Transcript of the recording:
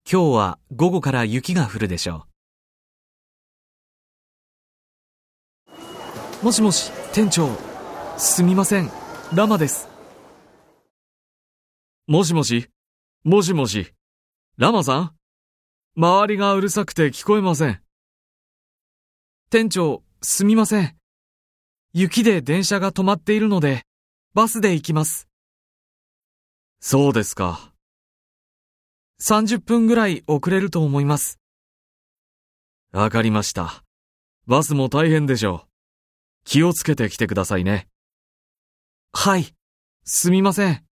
今日は午後から雪が降るでしょう。もしもし、店長。すみません。ラマです。 もしもし、もしもし、ラマさん？周りがうるさくて聞こえません。 店長、すみません。雪で電車が止まっているので、バスで行きます。 そうですか。 30分ぐらい遅れると思います。 わかりました。バスも大変でしょう。気をつけて来てくださいね。 はい、すみません。